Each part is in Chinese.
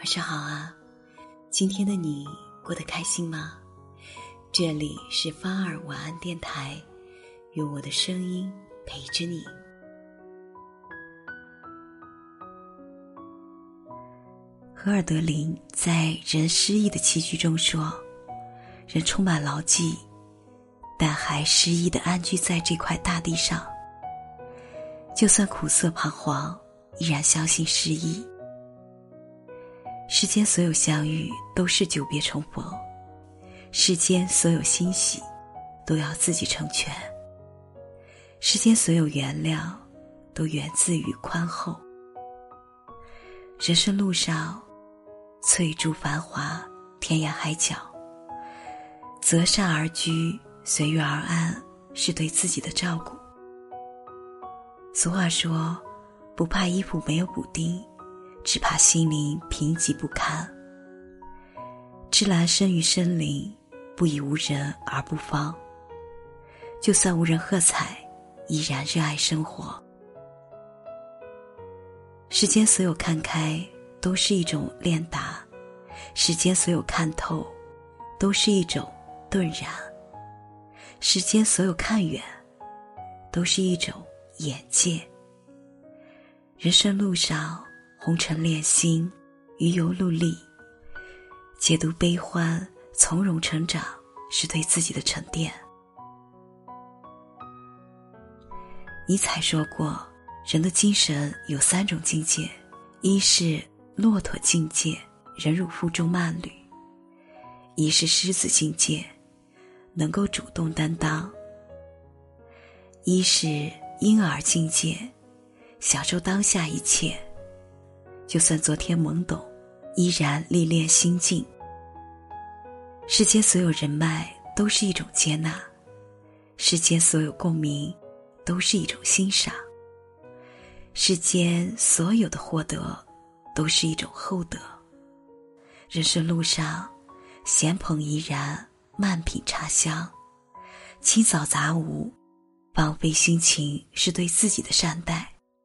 晚上好啊，今天的你过得开心吗？这里是芳儿晚安电台，用我的声音陪着你。荷尔德林在《人失意的棋局》中说，人充满牢记，但还失意地安居在这块大地上，就算苦涩彷徨，依然相信失意。世间所有相遇都是久别重逢，世间所有欣喜都要自己成全，世间所有原谅都源自于宽厚。人生路上翠竹繁华，天涯海角，择善而居，随遇而安，是对自己的照顾。俗话说，不怕衣服没有补丁，只怕心灵贫瘠不堪。芝兰生于森林，不以无人而不芳。就算无人喝彩，依然热爱生活。世间所有看开，都是一种练达；世间所有看透，都是一种顿然；世间所有看远，都是一种眼界。人生路上，红尘炼心，余游陆历，解读悲欢，从容成长，是对自己的沉淀。尼采说过，人的精神有3种境界，一是骆驼境界，忍辱负重慢履；一是狮子境界，能够主动担当；一是婴儿境界，享受当下一切，就算昨天懵懂，依然历练心境。世间所有人脉都是一种接纳，世间所有共鸣都是一种欣赏，世间所有的获得都是一种厚德。人生路上，闲捧怡然，慢品茶香，清扫杂物，放飞心情，是对自己的善待。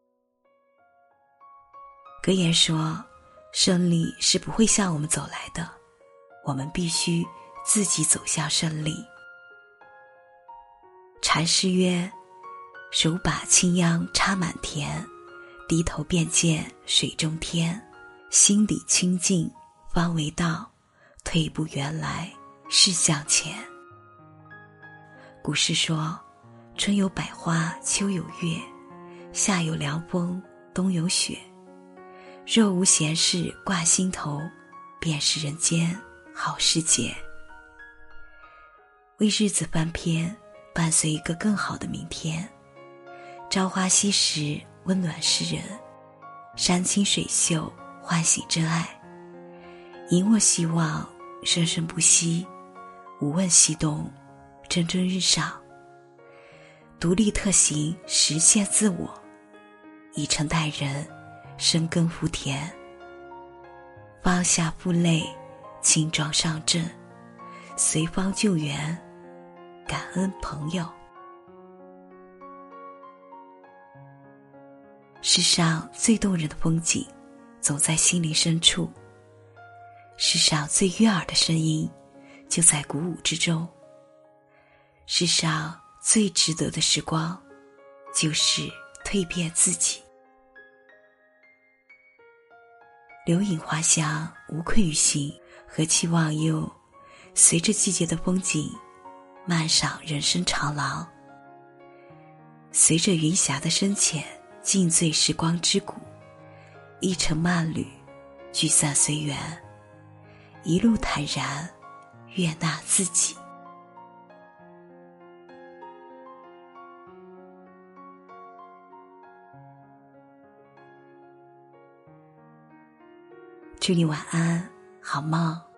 格言说，胜利是不会向我们走来的，我们必须自己走向胜利。禅师曰，手把青秧插满田，低头便见水中天，心底清净方为道，退步原来是向前。古诗说，春有百花，秋有月，夏有凉风，冬有雪。若无闲事挂心头，便是人间好时节。为日子翻篇，伴随一个更好的明天。朝花夕拾，温暖诗人；山清水秀，唤醒真爱。吟握希望，生生不息；无问西东，蒸蒸日上。独立特行，实现自我；以诚待人，深耕福田。放下负累，轻装上阵，随方救援，感恩朋友。世上最动人的风景，总在心灵深处；世上最悦耳的声音，就在鼓舞之中；世上最值得的时光，就是蜕变自己。留影花香，无愧于心，何其忘忧。随着季节的风景，漫赏人生长廊；随着云霞的深浅，尽醉时光之谷。一程慢旅，聚散随缘，一路坦然，悦纳自己。祝你晚安，好梦。